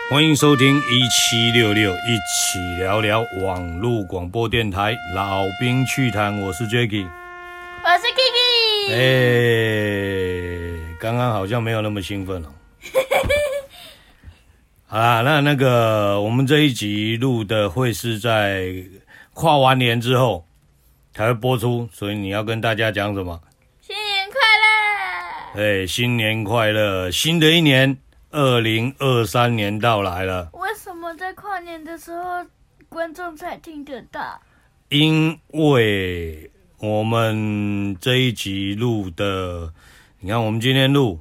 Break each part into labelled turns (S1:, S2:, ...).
S1: 欢迎收听1766，一起聊聊网络广播电台老兵趣谈。我是 Jacky，
S2: 我是 Kiki。
S1: 刚刚好像没有那么兴奋哦。好啦，那个我们这一集录的会是在跨完年之后才会播出，所以你要跟大家讲什么？
S2: 新年快乐！
S1: 新年快乐！新的一年2023年到来了。
S2: 为什么在跨年的时候观众才听得到？
S1: 因为我们这一集录的，你看我们今天录，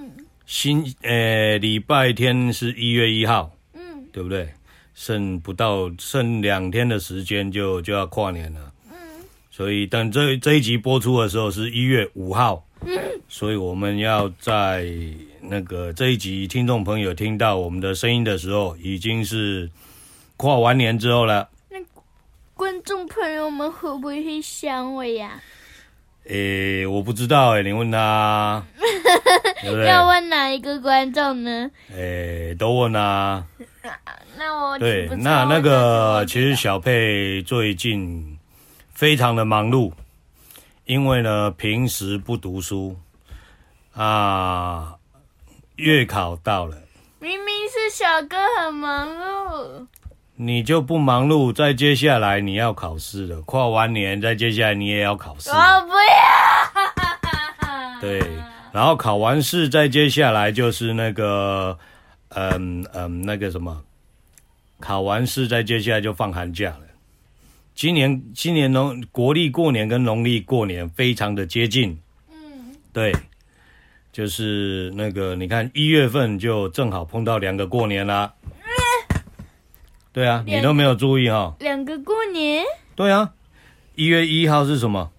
S1: 礼拜天是1月1号，对不对？剩2天的时间就要跨年了，所以等这一集播出的时候是1月5号，所以我们要在那个这一集听众朋友听到我们的声音的时候，已经是跨完年之后了。
S2: 那观众朋友们会不会想我呀？
S1: 我不知道你问他，对不对？
S2: 要问哪一个观众呢？
S1: 都问啊。
S2: 那我
S1: 对，那个其实小佩最近非常的忙碌，因为呢平时不读书啊，月考到了。
S2: 明明是小哥很忙碌，
S1: 你就不忙碌，再接下来你要考试了，跨完年再接下来你也要考试。
S2: 我不要。
S1: 对，然后考完试再接下来就是那个那个什么，考完试再接下来就放寒假了。今年国历过年跟农历过年非常的接近，对，就是那个你看1月份就正好碰到2个过年啦。对啊，你都没有注意哈。
S2: 2个过年？
S1: 对啊，1月1号是什么？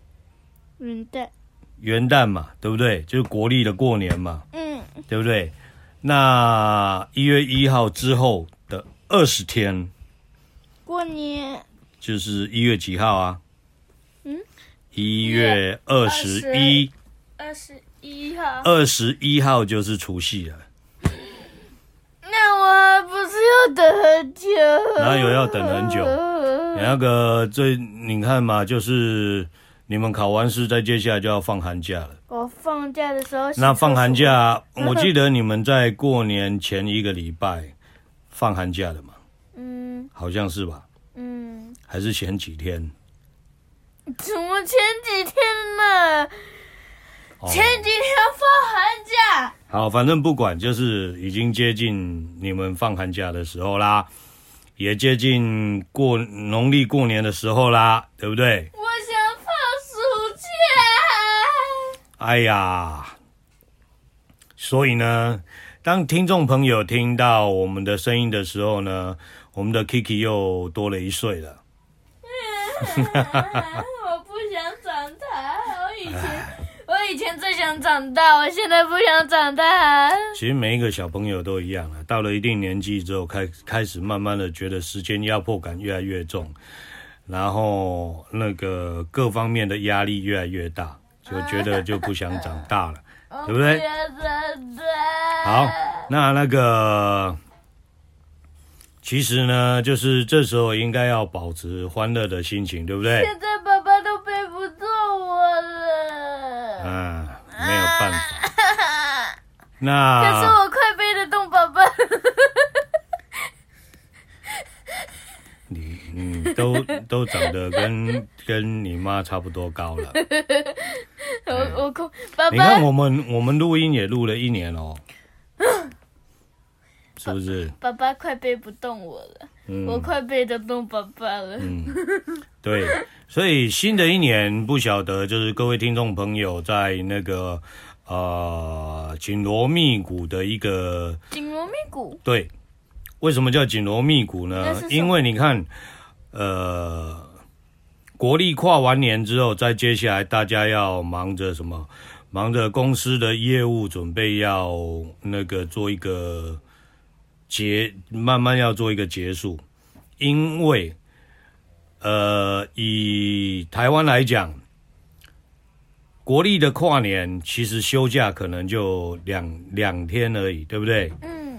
S2: 元旦
S1: 嘛，对不对？就是国历的过年嘛，对不对？那1月1号之后的20天，
S2: 过年
S1: 就是1月几号啊？1月21。
S2: 21号。
S1: 21号就是除夕了。
S2: 那我不是要等很久？
S1: 哪有要等很久？那个你看嘛，就是你们考完试，再接下来就要放寒假了。
S2: 我放假的时候，
S1: 那放寒假，我记得你们在过年前1个礼拜放寒假的嘛？好像是吧？还是前几天？
S2: 怎么前几天呢？前几天放寒假。
S1: 好，反正不管，就是已经接近你们放寒假的时候啦，也接近农历过年的时候啦，对不对？
S2: 我想放暑假。
S1: 哎呀，所以呢，当听众朋友听到我们的声音的时候呢，我们的 Kiki 又多了1岁了。
S2: 我不想长大，我以前最想长大，我现在不想长大。
S1: 其实每一个小朋友都一样了，到了一定年纪之后，开始慢慢的觉得时间压迫感越来越重，然后那个各方面的压力越来越大，就觉得就不想长大了，对不对？
S2: 不想长大。
S1: 好，那个其实呢，就是这时候应该要保持欢乐的心情，对不对？
S2: 现在爸爸都背不动我了。
S1: 没有办法。那
S2: 可是我快背得动爸爸。
S1: 你都长得跟你妈差不多高了。
S2: 爸爸，
S1: 你看我们录音也录了1年哦，是不是？
S2: 爸爸快背不动我了，我快背得动爸爸了。
S1: 对，所以新的一年不晓得就是各位听众朋友在那个紧锣密鼓的一个
S2: 紧锣密鼓。
S1: 对，为什么叫紧锣密鼓呢？因为你看国历跨完年之后，再接下来大家要忙着什么？忙着公司的业务，准备要那个做一个慢慢要做一个结束。因为以台湾来讲，国历的跨年其实休假可能就两天而已，对不对？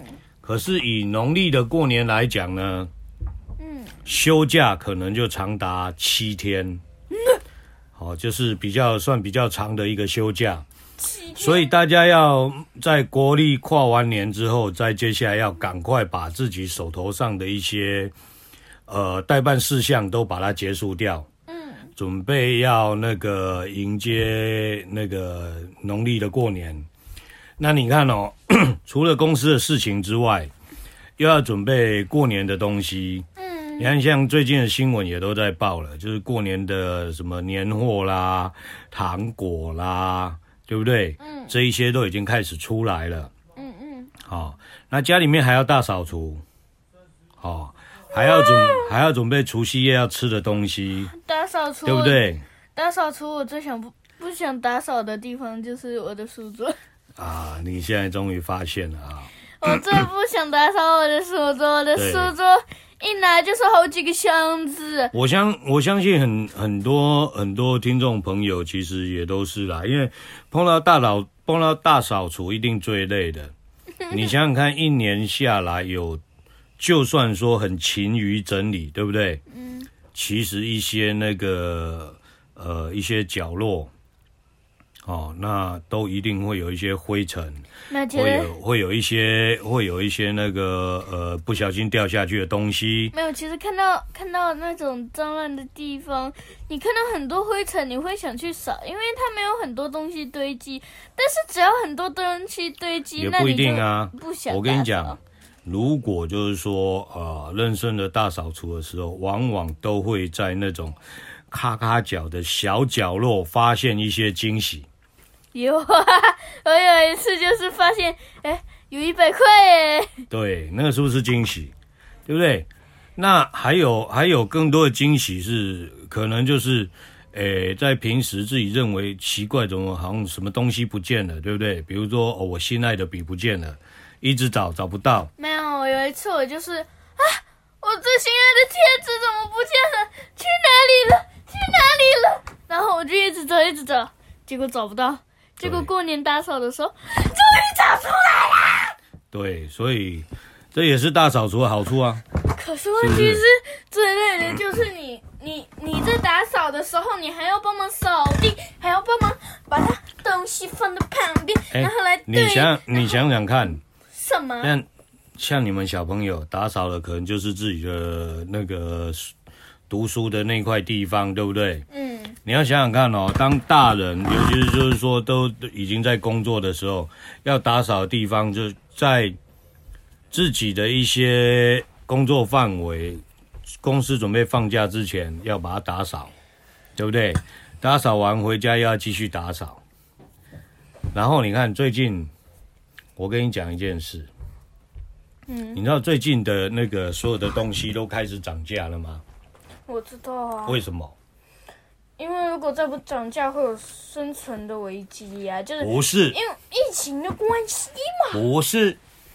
S1: 可是以农历的过年来讲呢，休假可能就长达7天，就是算比较长的一个休假。所以大家要在国历跨完年之后，再接下来要赶快把自己手头上的一些待办事项都把它结束掉，准备要那个迎接那个农历的过年。那你看哦，除了公司的事情之外，又要准备过年的东西。你看像最近的新闻也都在报了，就是过年的什么年货啦、糖果啦，对不对？这一些都已经开始出来了。好，那家里面还要大扫除，还要准备除夕夜要吃的东西，
S2: 大扫除，
S1: 对不对？
S2: 大扫除，我最不想打扫的地方就是我的书桌。
S1: 你现在终于发现了啊！
S2: 我最不想打扫我的书桌，我的书桌一拿就是好几个箱子。
S1: 我相信很多听众朋友其实也都是啦，因为碰到大扫除一定最累的。你想想看，一年下来就算说很勤于整理，对不对？其实一些那个一些角落，那都一定会有一些灰尘，会有一些那个不小心掉下去的东西。
S2: 没有，其实看到那种脏乱的地方，你看到很多灰尘，你会想去扫，因为它没有很多东西堆积。但是只要很多东西堆积，
S1: 也不一定啊。
S2: 不想。
S1: 我跟你讲，如果就是说认真的大扫除的时候，往往都会在那种咔咔角的小角落发现一些惊喜。
S2: 有啊，我有一次就是发现，有100块耶。
S1: 对，那个是不是惊喜？对不对？那还有更多的惊喜是，可能就是在平时自己认为奇怪，怎么好像什么东西不见了，对不对？比如说我心爱的笔不见了，一直找不到。
S2: 没有，我有一次我就是我最心爱的贴纸怎么不见了？去哪里了？然后我就一直找，结果找不到。结果过年打扫的时候，终于找出来了。
S1: 对，所以这也是大扫除的好处啊。
S2: 可是问题是最累的就是你在打扫的时候，你还要帮忙扫地，还要帮忙把它东西放在旁边，然后来对。
S1: 你想想看，
S2: 什么？
S1: 像你们小朋友打扫的，可能就是自己的那个读书的那块地方，对不对？你要想想看哦，当大人，尤其是就是说都已经在工作的时候，要打扫的地方就在自己的一些工作范围，公司准备放假之前要把它打扫，对不对？打扫完回家又要继续打扫。然后你看最近，我跟你讲一件事，你知道最近的那个所有的东西都开始涨价了吗？
S2: 我知道啊。
S1: 为什么？
S2: 因为如果再不涨价，会有生存的危机啊！
S1: 不是
S2: 因为疫情的关系嘛？
S1: 不是。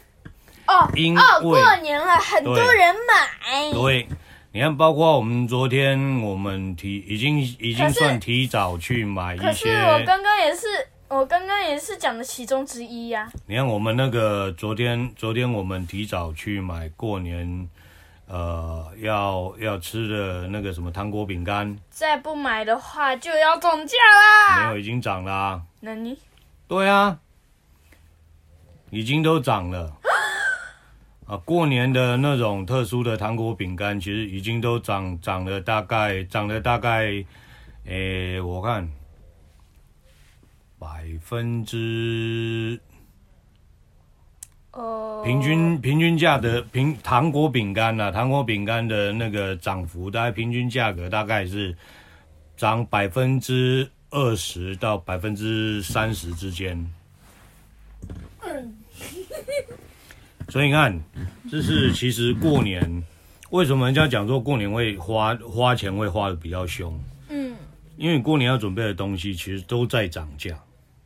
S2: 过年了，很多人买。
S1: 对，你看，包括我们昨天，已经算提早去买一些。可是
S2: 我刚刚也是讲的其中之一呀。
S1: 你看，我们那个昨天我们提早去买过年。要吃的那个什么糖果饼干，
S2: 再不买的话就要涨价啦。
S1: 没有，已经涨啦。
S2: 那你？
S1: 对啊，已经都涨了。过年的那种特殊的糖果饼干，其实已经都涨了大概，我看平均价的糖果饼干的那个涨幅，大概平均价格大概是涨20%到30%之间。所以你看，这是其实过年为什么人家讲说过年会花钱会花的比较凶？因为过年要准备的东西其实都在涨价。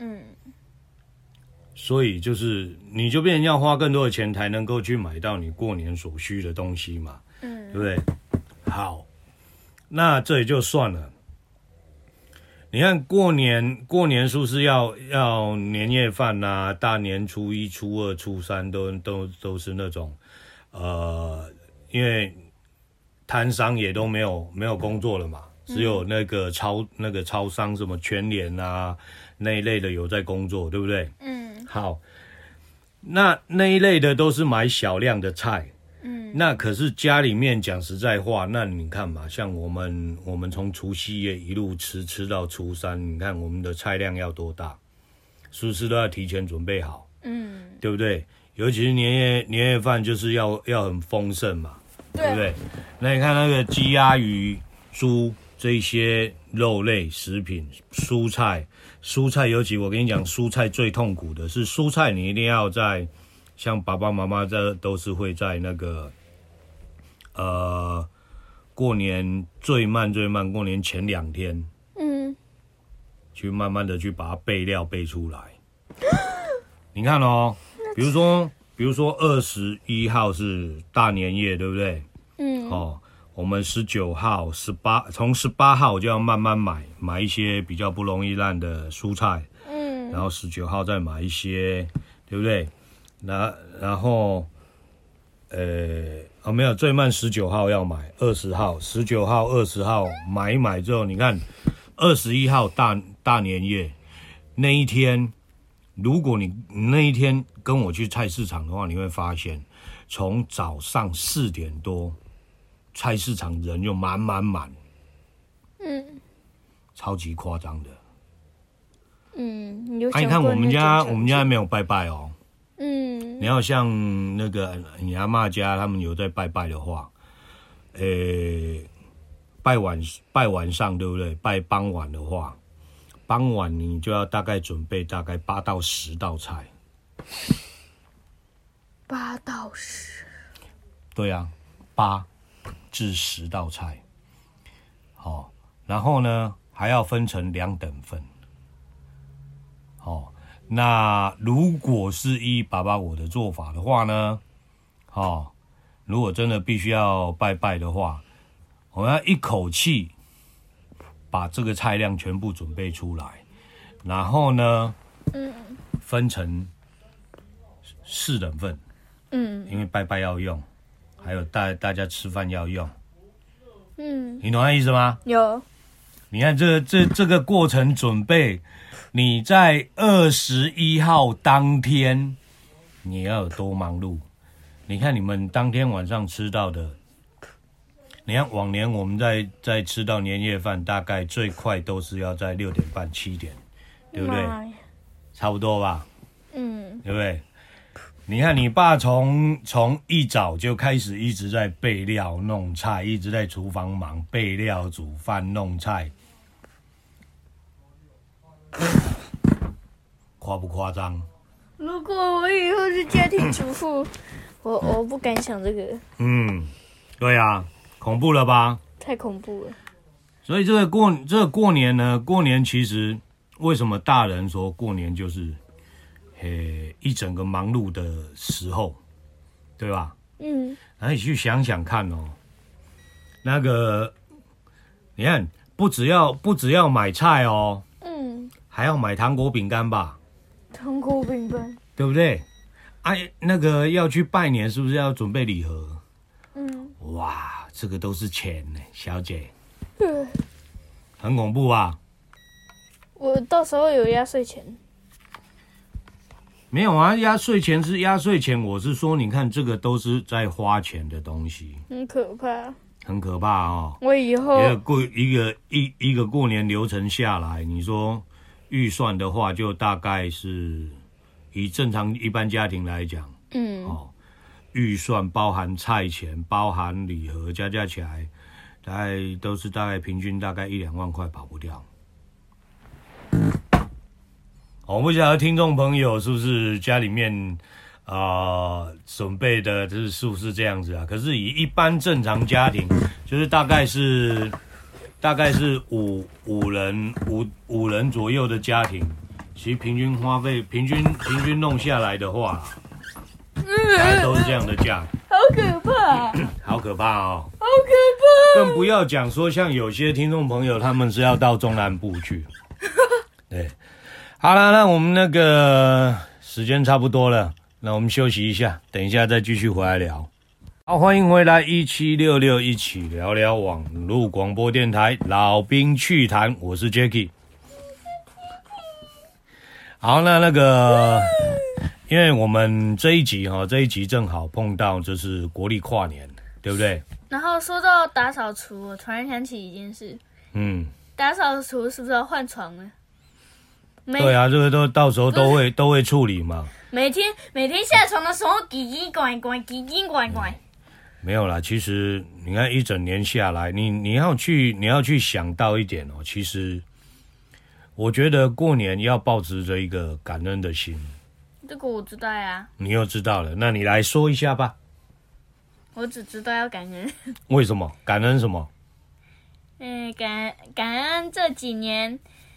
S1: 所以就是你就变成要花更多的钱才能够去买到你过年所需的东西嘛，对不对？好，那这也就算了。 你看过年是不是要年夜饭啊？大年初一、初二、初三都是那种，因为摊商也都没有工作了嘛，只有那个超商什么全联啊那一类的有在工作，对不对？好，那一类的都是买小量的菜。那可是家里面讲实在话，那你看嘛，像我们从除夕夜一路吃到初三，你看我们的菜量要多大，是不是都要提前准备好？对不对？尤其是年夜饭就是要很丰盛嘛，对不对？那你看那个鸡鸭鱼猪这一些肉类食品，蔬菜尤其我跟你讲，蔬菜最痛苦的是蔬菜，你一定要在像爸爸妈妈这都是会在那个过年最慢过年前2天，去慢慢的去把它备料备出来。你看哦，比如说21号是大年夜，对不对？我们19号、从18号就要慢慢买一些比较不容易烂的蔬菜，然后19号再买一些，对不对？然后没有，最慢19号要买，20号、19号、20号买一买之后，你看21号大年夜那一天，如果你那一天跟我去菜市场的话，你会发现从早上4点多菜市场人就满，超级夸张的。你看我们家没有拜拜哦。你要像那个你阿嬷家他们有在拜的话，拜晚上对不对？拜傍晚的话，傍晚你就要大概准备大概8到10道菜。
S2: 8到10。
S1: 对啊，8至10道菜。好，然后呢还要分成2等份。好。那如果是依爸爸我的做法的话呢，如果真的必须要拜的话，我们要一口气把这个菜量全部准备出来，然后呢，分成4等份，因为拜要用，还有大家吃饭要用，你懂那意思吗？
S2: 有。
S1: 你看这个过程准备。你在21号当天，你要有多忙碌？你看你们当天晚上吃到的，你看往年我们在吃到年夜饭，大概最快都是要在6点半、7点，对不对？差不多吧？对不对？你看你爸从一早就开始一直在备料弄菜，一直在厨房忙备料煮饭弄菜。夸不夸张？
S2: 如果我以后是家庭主妇，我不敢想这个。
S1: 对啊，恐怖了吧？
S2: 太恐怖了。
S1: 所以这个过年呢，过年其实为什么大人说过年就是一整个忙碌的时候，对吧？然后你去想想看哦，那个你看不只要买菜哦。还要买糖果饼干吧？
S2: 糖果饼干，
S1: 对不对？那个要去拜年，是不是要准备礼盒？哇，这个都是钱呢，小姐。很恐怖吧？
S2: 我到时候有压岁钱。
S1: 没有啊，压岁钱是压岁钱，我是说，你看这个都是在花钱的东西，
S2: 很可怕。很
S1: 可怕哦！
S2: 我以后
S1: 一个过年流程下来，你说。预算的话，就大概是以正常一般家庭来讲，预算包含菜钱、包含礼盒，加起来，大概平均大概1-2万块跑不掉。我不晓得听众朋友是不是家里面准备的，是不是这样子啊？可是以一般正常家庭，就是大概是五人左右的家庭，其实平均花费平均弄下来的话，大概都是这样的价。
S2: 好可怕
S1: 好可怕哦，
S2: 好可
S1: 更不要讲说像有些听众朋友他们是要到中南部去。对，好了，那我们那个时间差不多了，那我们休息一下，等一下再继续回来聊。好，欢迎回来1766，一起聊聊网络广播电台老兵趣谈，我是 Jacky。好，那个，因为我们这一集正好碰到就是国历跨年，对不对？
S2: 然后说到打扫除，我突然想起一件事，打扫除是不是要换床了？
S1: 对啊，这个都到时候都会处理嘛。
S2: 每天下床的时候，叽叽怪怪，叽叽怪怪。
S1: 没有啦，其实你看一整年下来，你要去想到一点哦，其实我觉得过年要抱持着一个感恩的心。
S2: 这个我知道呀。
S1: 你又知道了，那你来说一下吧。
S2: 我只知道要感恩。
S1: 为什么？感恩什么？
S2: 感恩这几年，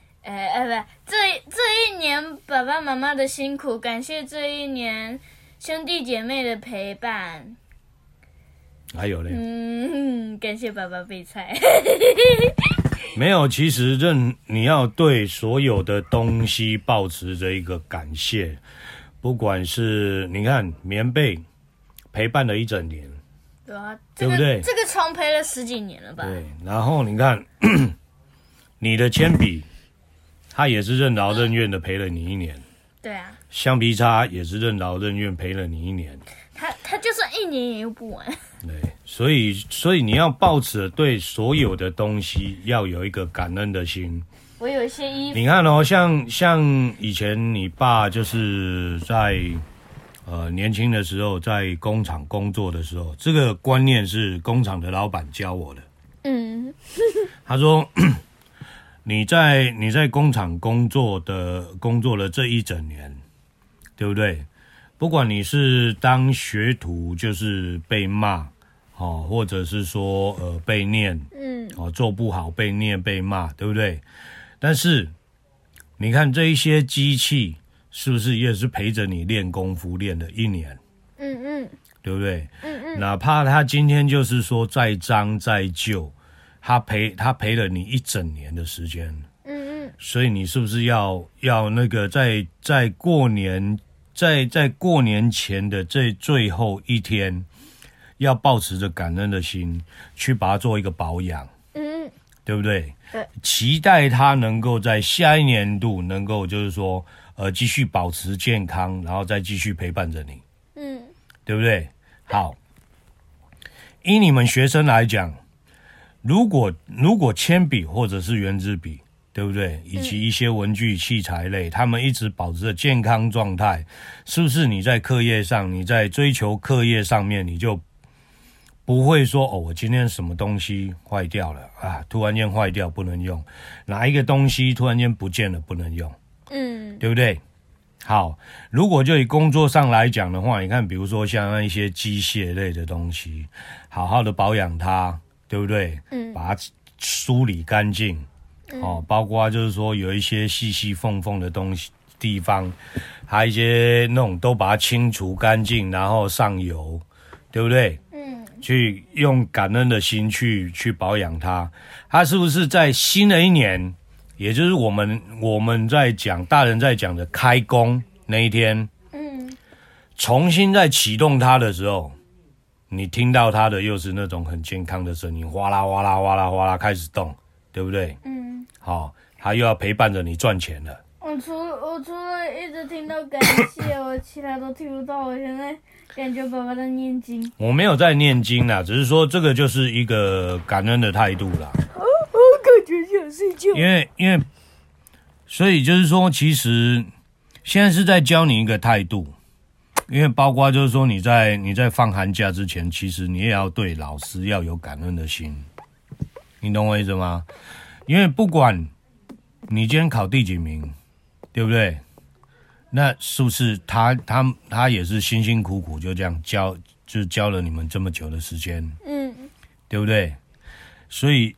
S2: 这一年爸爸妈妈的辛苦，感谢这一年兄弟姐妹的陪伴。
S1: 还有嘞，
S2: 感谢爸爸备菜。
S1: 没有，其实你要对所有的东西抱持着一个感谢，不管是你看棉被陪伴了一整年，
S2: 对啊，
S1: 对不对？
S2: 这个床陪了10几年了吧？
S1: 对，然后你看你的铅笔，它也是任劳任怨的陪了你一年。
S2: 对啊，
S1: 橡皮擦也是任劳任怨陪了你一年。
S2: 他就算1年也用不完。
S1: 对，所以你要抱持对所有的东西要有一个感恩的心。
S2: 我有一些衣服，
S1: 你看哦，像以前你爸就是在年轻的时候在工厂工作的时候，这个观念是工厂的老板教我的。他说你在工厂工作了这一整年，对不对？不管你是当学徒，就是被骂，或者是说被念，做不好被念被骂，对不对？但是你看这一些机器，是不是也是陪着你练功夫练了1年？对不对？哪怕他今天就是说再脏再旧，他陪了你一整年的时间。所以你是不是要那个在过年？在过年前的这最后一天，要抱持着感恩的心去把它做一个保养，对不对？
S2: 对，
S1: 期待它能够在下一年度能够就是说继续保持健康，然后再继续陪伴着你，对不对？好，以你们学生来讲，如果铅笔或者是圆珠笔，对不对？以及一些文具器材类，他们一直保持着健康状态，是不是你在课业上，你在追求课业上面，你就不会说我今天什么东西坏掉了啊，突然间坏掉不能用，哪一个东西突然间不见了不能用，对不对？好，如果就以工作上来讲的话，你看比如说像那一些机械类的东西，好好的保养它，对不对？把它梳理干净。包括就是说有一些细细缝缝的地方，还有一些那种都把它清除干净，然后上油，对不对？去用感恩的心去保养它。它是不是在新的一年，也就是我们在讲大人在讲的开工那一天，重新再启动它的时候，你听到它的又是那种很健康的声音，哗啦哗啦哗啦哗啦开始动，对不对？好，他又要陪伴着你赚钱了。
S2: 我除了一直听到感谢，我其他都听不到。我现在感觉爸爸在念经。
S1: 我没有在念经啦，只是说这个就是一个感恩的态度啦。
S2: 我感觉想睡觉。
S1: 因为，所以就是说，其实现在是在教你一个态度。因为包括就是说你在放寒假之前，其实你也要对老师要有感恩的心。你懂我意思吗？因为不管你今天考第几名，对不对？那是不是他也是辛辛苦苦就这样教了你们这么久的时间，对不对？所以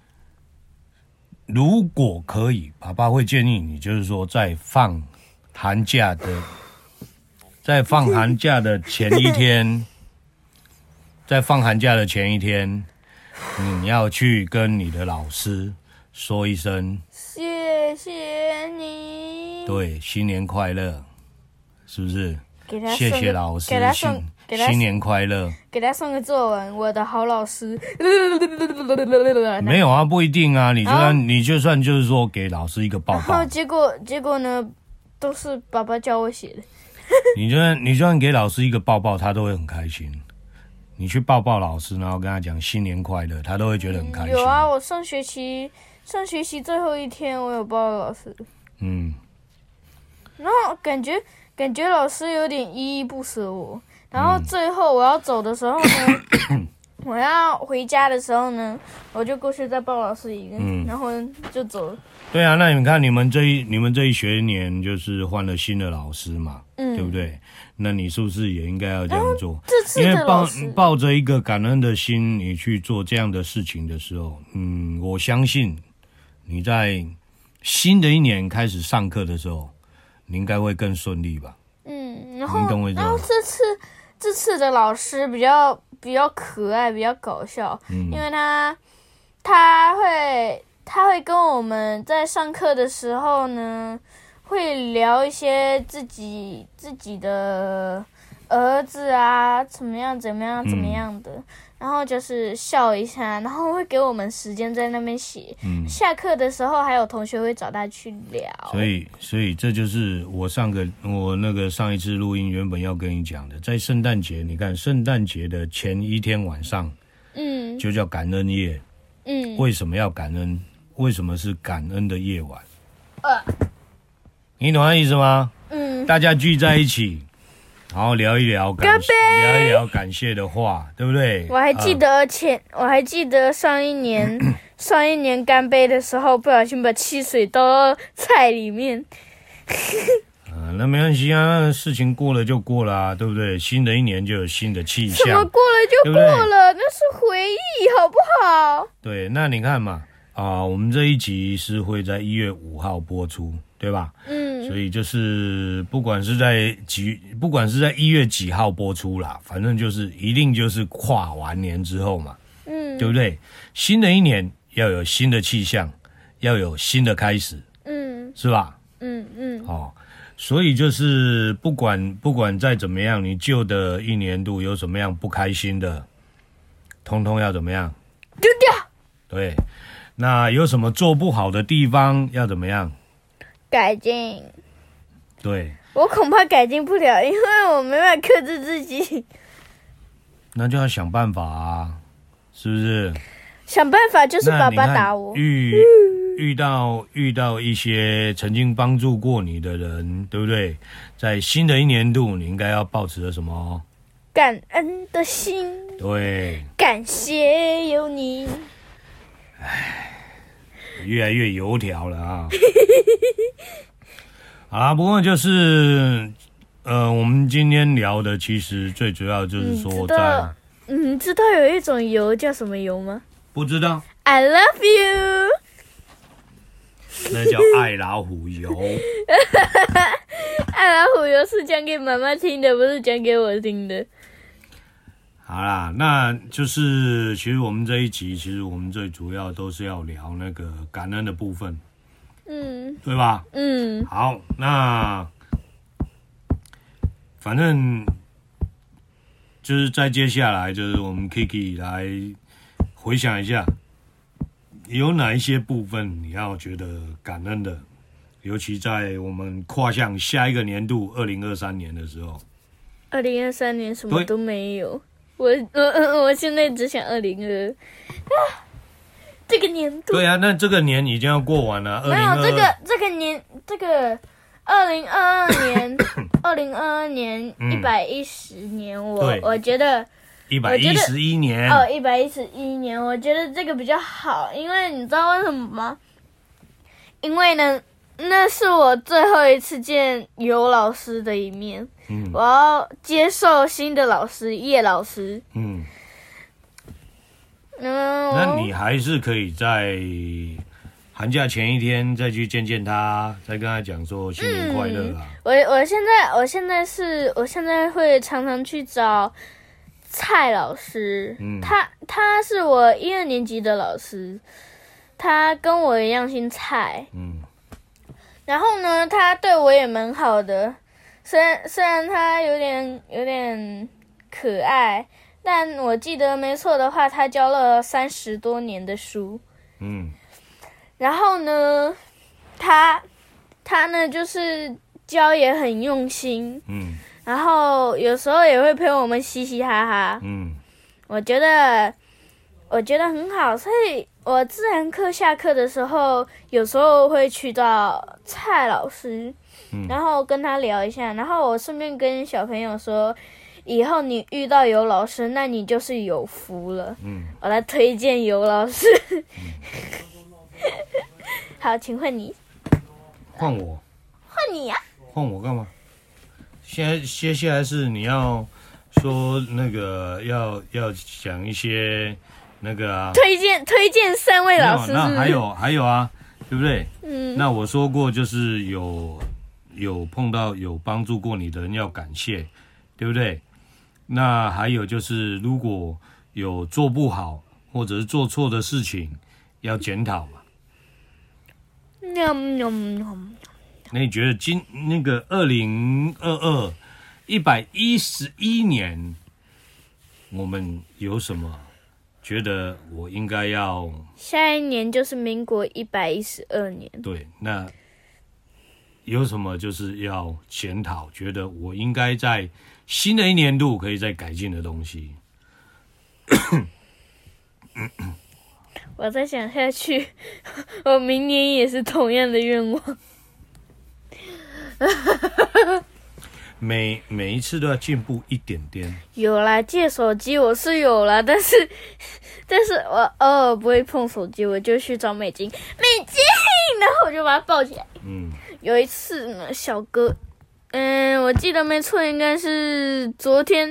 S1: 如果可以，爸爸会建议你，就是说在放寒假的前一天， 在放寒假的前一天，你要去跟你的老师说一声
S2: 谢谢你，
S1: 对，新年快乐，是不是？
S2: 给他
S1: 谢谢老师，新年快乐。
S2: 给他送个作文，我的好老师。
S1: 没有啊，不一定啊。你就算就是说给老师一个抱抱，
S2: 然后结果呢，都是爸爸教我写的。
S1: 你就算给老师一个抱抱，他都会很开心。你去抱抱老师，然后跟他讲新年快乐，他都会觉得很开心。
S2: 有啊，我上学期最后一天，我有抱老师。然后感觉老师有点依依不舍我。然后最后我要走的时候呢，我要回家的时候呢，我就过去再抱老师一个，然后就走了。
S1: 对啊，那你们看，你们这一学年就是换了新的老师嘛，对不对？那你是不是也应该要这样做？
S2: 这次的老师
S1: 因为抱着一个感恩的心，你去做这样的事情的时候，我相信你在新的一年开始上课的时候，你应该会更顺利吧？
S2: 然后
S1: 你懂我意思吗？
S2: 然后这次的老师比较可爱，比较搞笑，因为他会跟我们在上课的时候呢，会聊一些自己的儿子啊，怎么样的，然后就是笑一下，然后会给我们时间在那边写。下课的时候还有同学会找他去聊。
S1: 所以这就是我上一次录音原本要跟你讲的，在圣诞节，你看圣诞节的前一天晚上，就叫感恩夜。为什么要感恩？为什么是感恩的夜晚？你懂他意思吗？大家聚在一起，然后聊一聊感谢的话，对不对？
S2: 我还记得上一年干杯的时候，不小心把汽水倒到菜里面。
S1: 那没关系啊，那事情过了就过了啊，对不对？新的一年就有新的气象。
S2: 什么过了就过了，那是回忆，好不好？
S1: 对，那你看嘛，我们这一集是会在1月5号播出，对吧？所以就是不管是在1月几号播出啦，反正就是一定就是跨完年之后嘛，对不对？新的一年要有新的气象，要有新的开始，是吧？所以就是不管再怎么样，你旧的一年度有什么样不开心的，通通要怎么样？
S2: 丢掉。
S1: 对，那有什么做不好的地方要怎么样？
S2: 改进。
S1: 对，
S2: 我恐怕改进不了，因为我没办法克制自己。
S1: 那就要想办法啊，是不是？
S2: 想办法就是爸爸打我。
S1: 遇到一些曾经帮助过你的人，对不对？在新的一年度，你应该要抱持着什么？
S2: 感恩的心。
S1: 对，
S2: 感谢有你。
S1: 越来越油条了啊！好啦，不过就是我们今天聊的其实最主要就是说
S2: 你知道有一种油叫什么油吗？
S1: 不知道。
S2: I love you。
S1: 那叫爱老虎油。
S2: 爱老虎油是讲给妈妈听的，不是讲给我听的。
S1: 好啦，那就是其实我们这一集，其实我们最主要都是要聊那个感恩的部分，对吧？好，那反正就是在接下来，就是我们 Kiki 来回想一下，有哪一些部分你要觉得感恩的，尤其在我们跨向下一个年度2023年的时候。
S2: 2023年什么都没有。我现在只想2022这个年度。
S1: 对啊，那这个年已经要过完了。
S2: 没有这个2022年110年，我觉得
S1: 111年
S2: 111年，我觉得这个比较好，因为你知道为什么吗？因为呢，那是我最后一次见尤老师的一面。我要接受新的老师叶老师。
S1: 那你还是可以在寒假前一天再去见见他，再跟他讲说新年快乐啊。
S2: 我现在会常常去找蔡老师，
S1: 嗯，
S2: 他是我1、2年级的老师，他跟我一样姓蔡。
S1: 嗯，
S2: 然后呢，他对我也蛮好的，虽然他有点可爱，但我记得没错的话，他教了30多年的书。
S1: 嗯，
S2: 然后呢，他呢就是教也很用心，
S1: 嗯，
S2: 然后有时候也会陪我们嘻嘻哈哈。
S1: 嗯，
S2: 我觉得很好，所以我自然课下课的时候，有时候会去到蔡老师，然后跟他聊一下，然后我顺便跟小朋友说，以后你遇到尤老师，那你就是有福了。我来推荐尤老师。好，请问你。
S1: 换我。
S2: 换你呀、
S1: 换我干嘛？接下来是你要说那个要讲一些那个啊，
S2: 推荐3位老师是不是？
S1: 那还有啊，对不对？那我说过就是有碰到有帮助过你的人要感谢，对不对？那还有就是如果有做不好或者是做错的事情要检讨嘛。那你觉得那个2022 111年，我们有什么觉得我应该要？
S2: 下一年就是民国112年。
S1: 对，那有什么就是要检讨，觉得我应该在新的一年度可以再改进的东西？
S2: 我再想下去，我明年也是同样的愿望。
S1: 每一次都要进步一点点。
S2: 有啦，借手机我是有啦，但是我偶尔不会碰手机，我就去找美金，然后我就把它抱起来。有一次呢，小哥，我记得没错，应该是昨天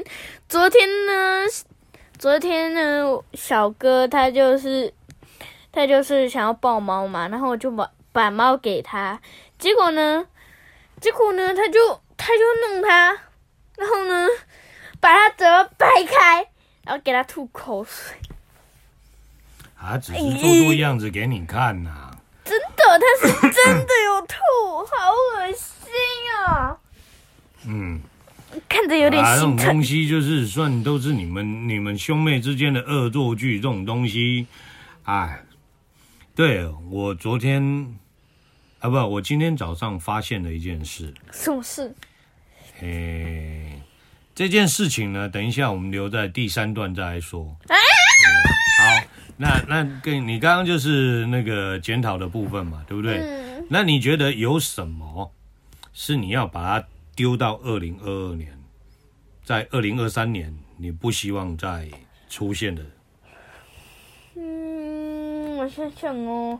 S2: 呢，小哥他就是想要抱猫嘛，然后我就把猫给他，结果呢，他就弄它，然后呢，把它嘴巴掰开，然后给它吐口水。
S1: 啊，只是做样子给你看呐。
S2: 真的，他是真的有吐，好恶心啊！看着有点
S1: 这种
S2: 心疼。
S1: 东西就是算都是你们兄妹之间的恶作剧，这种东西，哎，对，我昨天我今天早上发现了一件事。
S2: 什么事？
S1: 这件事情呢，等一下我们留在第3段再来说。好，那跟你刚刚就是那个检讨的部分嘛，对不对？那你觉得有什么是你要把它丢到2022年，在2023年你不希望再出现的？
S2: 我想想哦，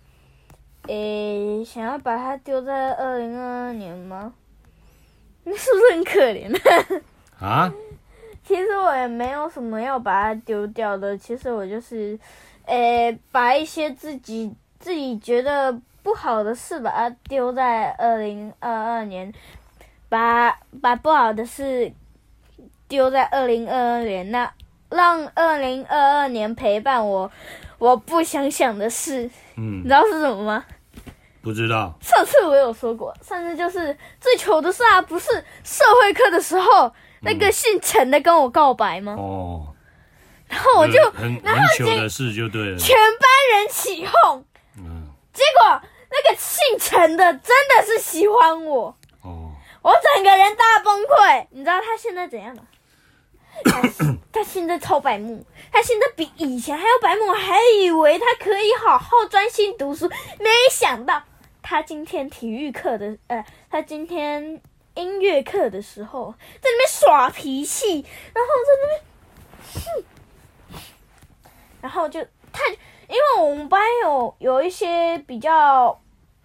S2: 想要把它丢在2022年吗？那是不是很可怜
S1: 啊？
S2: 其实我也没有什么要把它丢掉的，其实我就是，把一些自己觉得不好的事把它丢在2022年，把不好的事丢在2022年，那让2022年陪伴我不想想的事。你知道是什么吗？
S1: 不知道。
S2: 上次我有说过，上次就是最糗的事啊，不是社会课的时候，那个姓陈的跟我告白吗？然后我就
S1: 很糗的事就对了，
S2: 全班人起哄。结果那个姓陈的真的是喜欢我。我整个人大崩溃。你知道他现在怎样吗？他现在超白目，他现在比以前还要白目，我还以为他可以好好专心读书，没想到他今天他今天音乐课的时候在那边耍脾气，然后在那边然后就因为我们班有一些比较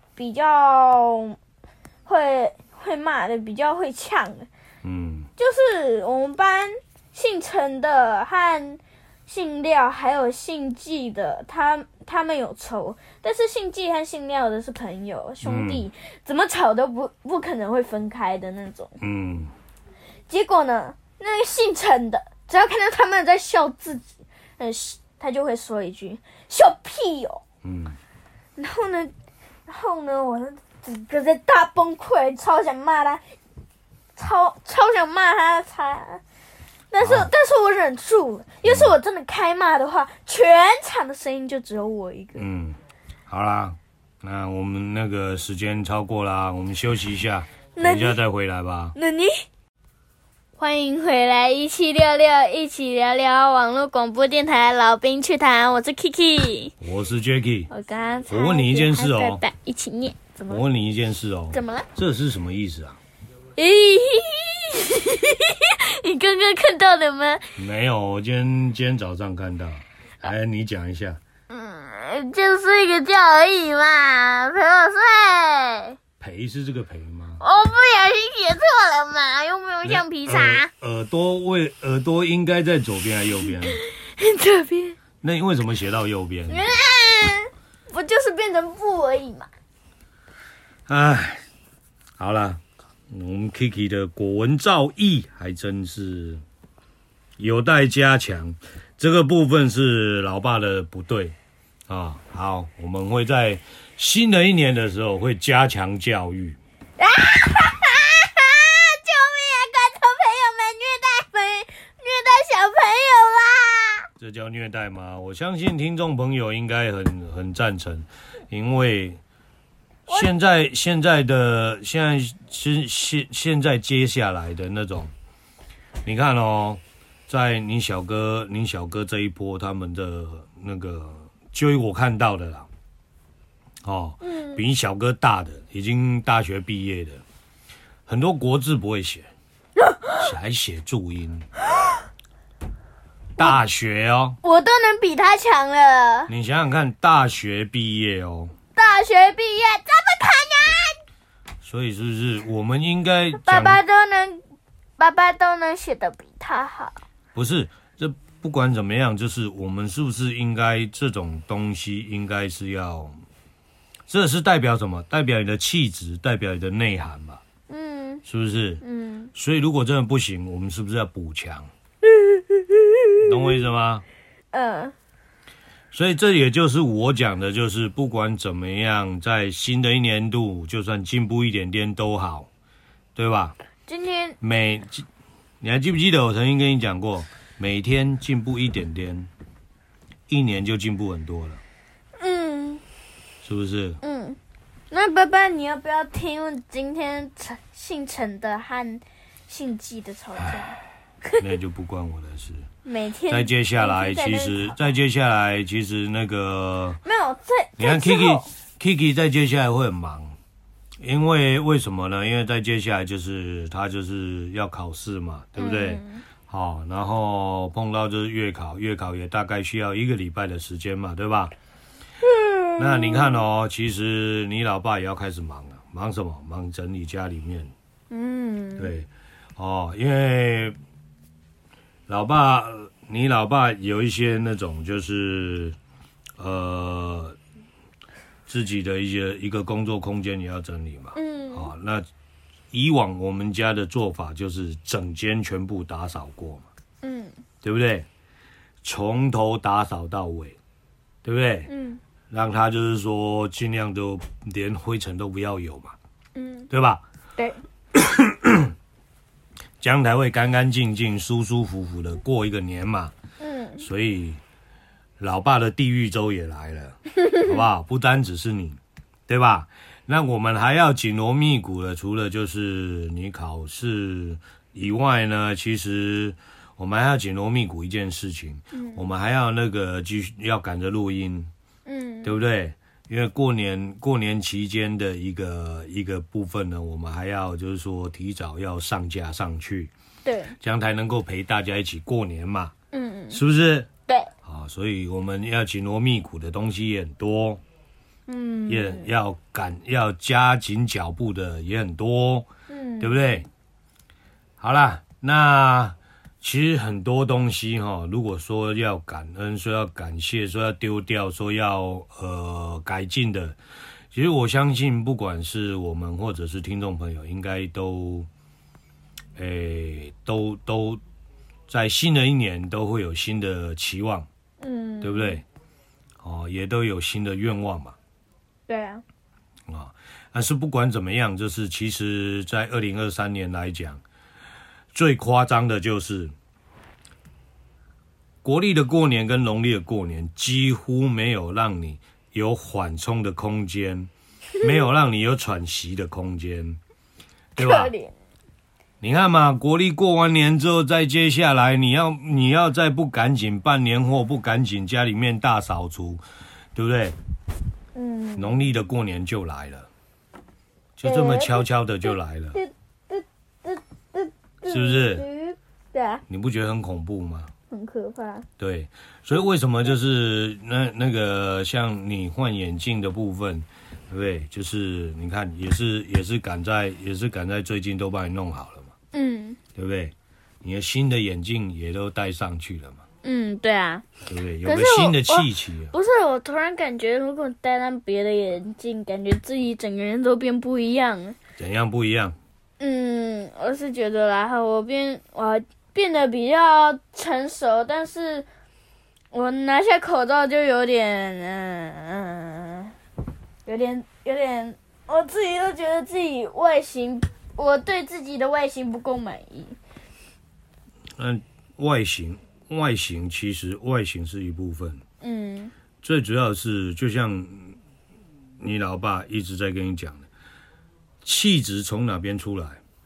S2: 会骂的，比较会呛的，就是我们班姓陈的和姓廖还有姓纪的，他们有仇，但是姓纪和姓廖的是朋友兄弟，怎么吵都不可能会分开的那种。结果呢，那个姓陈的只要看到他们在笑自己，他就会说一句笑屁哦。然后呢，我整个在大崩溃，超想骂他，超想骂他。但是我忍住了。要是我真的开骂的话，全场的声音就只有我一个。
S1: 好啦，那我们那个时间超过啦，我们休息一下，等一下再回来吧。
S2: 那你欢迎回来，一起聊聊网络广播电台老兵趣谈。我是 Kiki，
S1: 我是 Jacky。
S2: 我
S1: 问你一件事哦，
S2: 一起念。
S1: 我问你一件事哦，
S2: 怎么了？
S1: 这是什么意思啊？
S2: 你刚刚看到的吗？
S1: 没有，我今天早上看到。来，你讲一下。
S2: 就睡个觉而已嘛，陪我睡。
S1: 陪是这个陪吗？
S2: 我不小心写错了嘛，又没有橡皮擦。
S1: 耳朵应该在左边还是右边？
S2: 这边。
S1: 那为什么写到右边？
S2: 不就是变成布而已嘛。
S1: 唉，好啦，我们 Kiki 的国文造诣还真是有待加强，这个部分是老爸的不对啊。好，我们会在新的一年的时候会加强教育。
S2: 救命啊！观众朋友们，虐待小朋友啦！
S1: 这叫虐待吗？我相信听众朋友应该很赞成，因为现在接下来的那种，你看哦，在你小哥这一波，他们的那个，就我看到的啦，比你小哥大的，已经大学毕业的，很多国字不会写，还写注音。大学哦，
S2: 我都能比他强了。
S1: 你想想看，大学毕业哦。
S2: 大学毕业怎么可能？
S1: 所以是不是我们应该
S2: 爸爸都能写得比他好？
S1: 不是，这不管怎么样，就是我们是不是应该这种东西应该是要，这是代表什么？代表你的气质，代表你的内涵嘛？是不是？所以如果真的不行，我们是不是要补强？懂我意思吗？所以这也就是我讲的，就是不管怎么样，在新的一年度，就算进步一点点都好，对吧？
S2: 今天
S1: 你还记不记得我曾经跟你讲过，每天进步一点点，一年就进步很多了。是不是？
S2: 那爸爸，你要不要听今天姓陈的和姓季的吵架？
S1: 那就不关我的事。
S2: 每天。
S1: 再接下来，其实那个
S2: 没有
S1: 你看 Kiki 再接下来会很忙，因为什么呢？因为再接下来他就是要考试嘛，对不对？好，然后碰到就是月考也大概需要1个礼拜的时间嘛，对吧？那你看哦，其实你老爸也要开始忙了，忙什么？忙整理家里面。对，因为你老爸有一些那种就是自己的一个工作空间也要整理嘛。那以往我们家的做法就是整间全部打扫过嘛。对不对？从头打扫到尾，对不对？让他就是说尽量都连灰尘都不要有嘛。对吧？
S2: 对。
S1: 这样才会干干净净、舒舒服服的过一个年嘛。所以老爸的地狱周也来了，好不好？不单只是你，对吧？那我们还要紧锣密鼓的，除了就是你考试以外呢，其实我们还要紧锣密鼓一件事情，我们还要那个继续要赶着录音，对不对？因为过年期间的一个部分呢，我们还要就是说提早要上架上去，
S2: 对，
S1: 这样才能够陪大家一起过年嘛，是不是？
S2: 对，
S1: 好，所以我们要紧锣密鼓的东西也很多，也要加紧脚步的也很多，对不对？好啦，那其实很多东西如果说要感恩，说要感谢，说要丢掉，说要改进的，其实我相信不管是我们或者是听众朋友，应该都在新的一年都会有新的期望，对不对？也都有新的愿望嘛。
S2: 对啊。
S1: 但是不管怎么样，就是其实在2023年来讲，最夸张的就是国历的过年跟农历的过年几乎没有让你有缓冲的空间，没有让你有喘息的空间，对吧？
S2: 可怜。
S1: 你看嘛，国历过完年之后，再接下来你要再不赶紧办年货，不赶紧家里面大扫除，对不对？农历的过年就来了，就这么悄悄的就来了，是不是？
S2: 对啊。
S1: 你不觉得很恐怖吗？
S2: 很可怕。对，
S1: 所以为什么就是那个像你换眼镜的部分，对不对？就是你看也是赶在最近都帮你弄好了嘛。对不对？你的新的眼镜也都戴上去了嘛。
S2: 对啊。
S1: 对不对？有个新的气息啊。
S2: 不是，我突然感觉，如果戴上别的眼镜，感觉自己整个人都变不一样了。
S1: 怎样不一样？
S2: 我是觉得啦，我变得比较成熟，但是我拿下口罩就有点，我自己都觉得自己我对自己的外形不够满意。
S1: 外形其实外形是一部分，最主要是就像你老爸一直在跟你讲的，气质从哪边出来？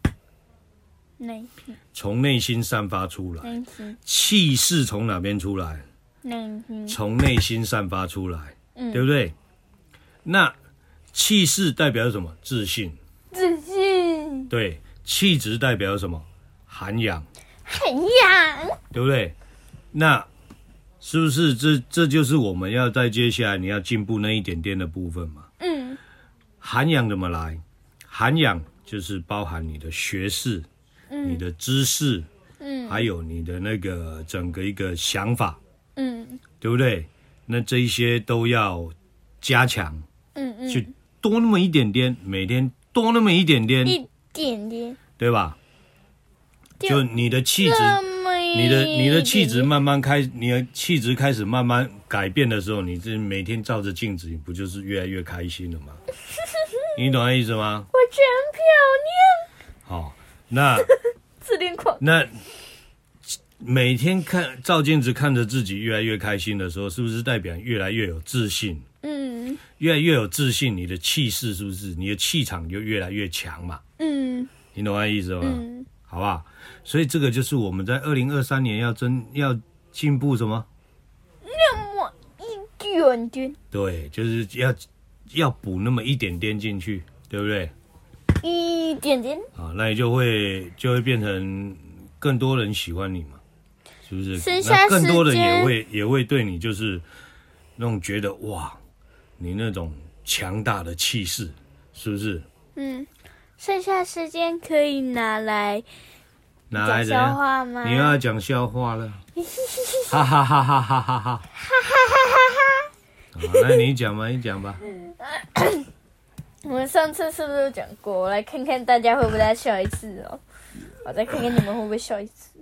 S1: 从内心散发出来。气势从哪边出来？从内心散发出来，对不对？那气势代表什么？自信。对，气质代表什么？涵养。对不对？那是不是这就是我们要在接下来你要进步那一点点的部分嘛？涵养怎么来？涵养就是包含你的学识，你的知识，还有你的那个整个一个想法，对不对？那这一些都要加强，去多那么一点点，每天多那么一点点，对吧？就你的气质，你的气质你的气质开始慢慢改变的时候，你这每天照着镜子，你不就是越来越开心了吗？你懂那意思吗？
S2: 我真漂亮。
S1: 那
S2: 自恋狂。
S1: 那每天照镜子看着自己越来越开心的时候，是不是代表越来越有自信？越来越有自信，你的气势是不是？你的气场就越来越强嘛？你懂那意思吗？好不好？所以这个就是我们在2023年要进步什么？
S2: 那么一点点。
S1: 对，就是要补那么一点点进去，对不对？
S2: 一点点。
S1: 那你就会变成更多人喜欢你嘛，是不是？
S2: 那
S1: 更多人也会对你就是那种觉得哇，你那种强大的气势，是不是？
S2: 剩下时间可以拿来讲笑话吗？
S1: 你又要讲笑话了，哈哈哈哈哈哈哈！好，那你讲吧。
S2: 我们上次是不是有讲过？我来看看大家会不会再笑一次哦。我再看看你们会不会笑一次。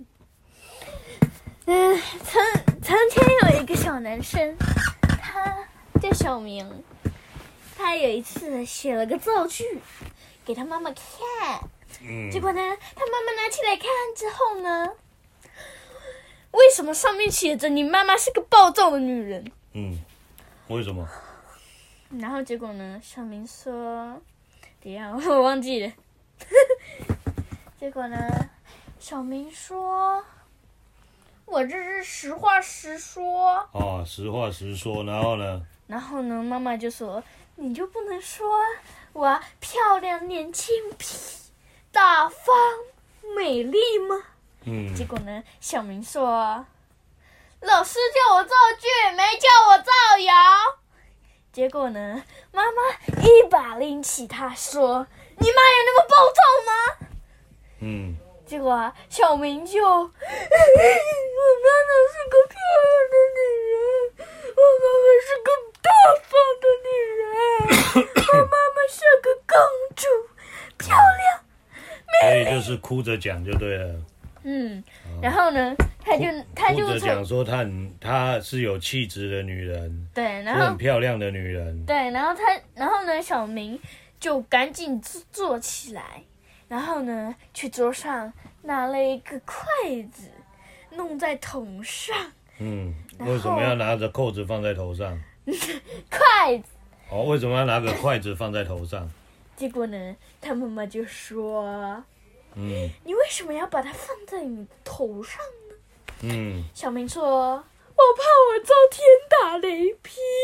S2: 从前有一个小男生，他叫小明。他有一次写了个造句给他妈妈看，结果呢，他妈妈拿起来看之后呢，为什么上面写着你妈妈是个暴躁的女人？
S1: 为什么？
S2: 然后结果呢，小明说，等一下我忘记了。结果呢，小明说，我这是实话实说。
S1: 实话实说，然后呢，
S2: 妈妈就说，你就不能说我漂亮、年轻、大方、美丽吗？结果呢，小明说，老师叫我造句，没叫我造谣。结果呢，妈妈一把拎起他说，你妈有那么暴躁吗？结果小明就，我妈妈是个漂亮的女人，我妈妈是个大方的女人，我妈妈是个公主，漂亮。
S1: 所以就是哭着讲就对了。
S2: 然后呢，他就
S1: 或者讲说她是有气质的女人，
S2: 对，然后
S1: 很漂亮的女人，
S2: 对，然后呢，小明就赶紧坐起来，然后呢，去桌上拿了一个筷子，弄在头上。
S1: 为什么要拿着扣子放在头上？
S2: 筷子。
S1: 为什么要拿个筷子放在头上？
S2: 结果呢，他妈妈就说：“你为什么要把它放在你头上呢？”小明说：“我怕我遭天打雷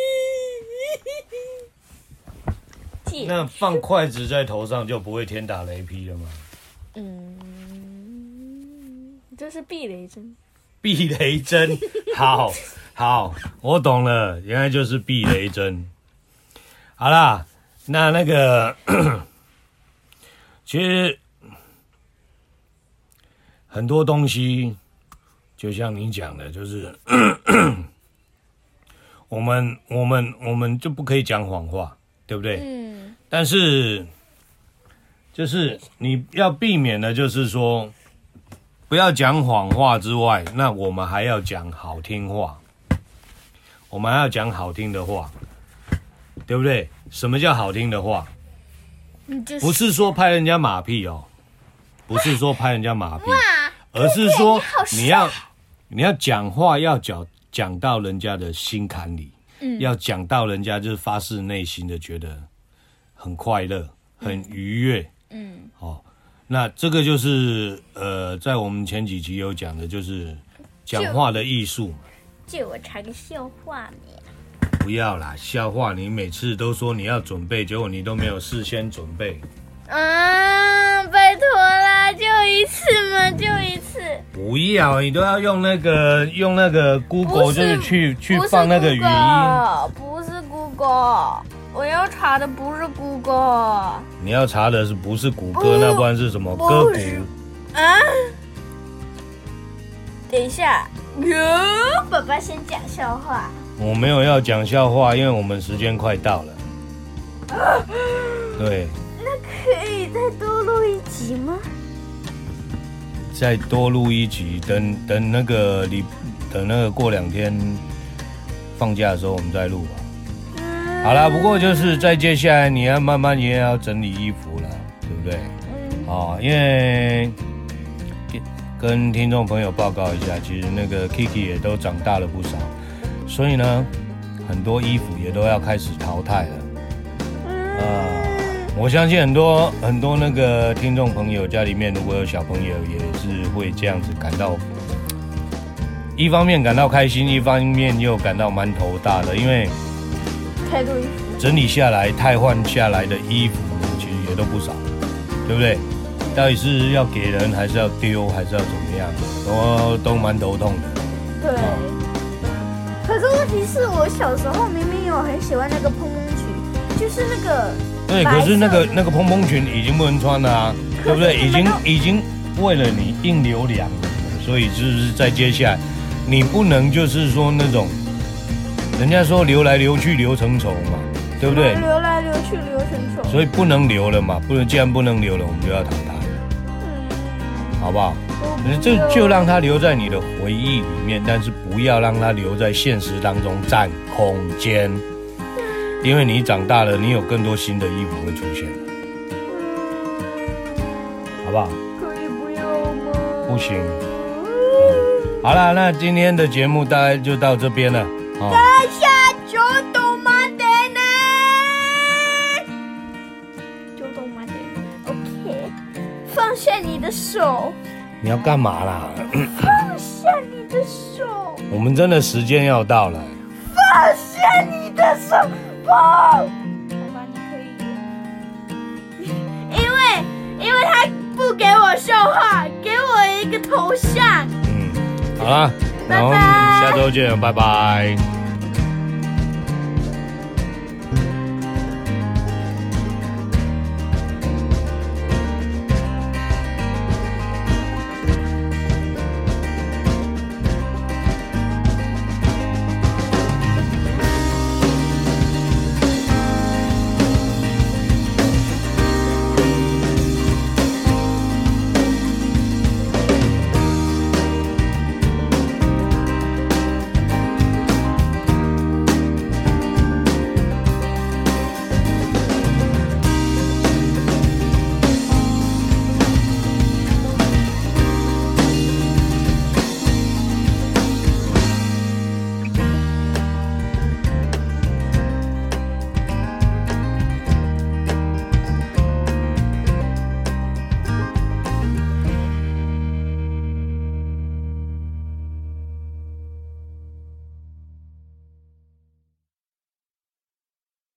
S2: 劈。”
S1: 那放筷子在头上就不会天打雷劈了吗？
S2: 这是避雷针。
S1: 避雷针，好，我懂了，原来就是避雷针。好啦，那个，其实很多东西，就像你讲的，就是我们就不可以讲谎话，对不对？但是就是你要避免的，就是说不要讲谎话之外，那我们还要讲好听话，我们还要讲好听的话。对不对？什么叫好听的话？不是说拍人家马屁哦，不是说拍人家马屁，而是说你要讲话要讲到人家的心坎里，要讲到人家就是发自内心的觉得很快乐、很愉悦。那这个就是在我们前几集有讲的，就是讲话的艺术嘛。
S2: 借我插个笑话呢。
S1: 不要啦，笑话你每次都说你要准备，结果你都没有事先准备。
S2: 拜托啦，就一次嘛，就一次。
S1: 不要，你都要用那个 Google， 就是去放那个语音。
S2: 不是 Google， 我要查的不是 Google。
S1: 你要查的不是谷歌，那不然是什么？歌谷。
S2: 等一下，爸爸先讲笑话。
S1: 我没有要讲笑话，因为我们时间快到了。对。
S2: 那可以再多录一集吗？
S1: 再多录一集，等那个过2天放假的时候我们再录吧。好啦，不过就是在接下来你要慢慢也要整理衣服了，对不对？因为跟听众朋友报告一下，其实那个 Kiki 也都长大了不少。所以呢，很多衣服也都要开始淘汰了。我相信很多那个听众朋友家里面如果有小朋友，也是会这样子感到，一方面感到开心，一方面又感到蛮头大的，因为
S2: 太多衣服
S1: 整理下来、汰换下来的衣服其实也都不少，对不对？到底是要给人，还是要丢，还是要怎么样，都蛮头痛的。
S2: 对。可是问题是我小时候明明有很喜欢那个蓬蓬裙，就是那个。
S1: 对，可是那个蓬蓬裙已经不能穿了啊，对不对？已经为了你硬留2年了，所以就是在接下来，你不能就是说那种，人家说留来留去留成仇嘛，对不对？
S2: 留来留去留成仇。
S1: 所以不能留了嘛，既然不能留了，我们就要淘汰了，好不好？就让它留在你的回忆里面，但是不要让它留在现实当中占空间，因为你长大了，你有更多新的衣服会出现，好不好？
S2: 可以不要吗？
S1: 不行。好了，那今天的节目大概就到这边了。
S2: 大下就懂吗？就懂吗？OK， 放下你的手。
S1: 你要干嘛啦？
S2: 放下你的手。
S1: 我们真的时间要到了。
S2: 放下你的手，不。好吧，你可以。因为他不给我笑话，给我一个头像。
S1: 好了，那我们下周见，拜拜。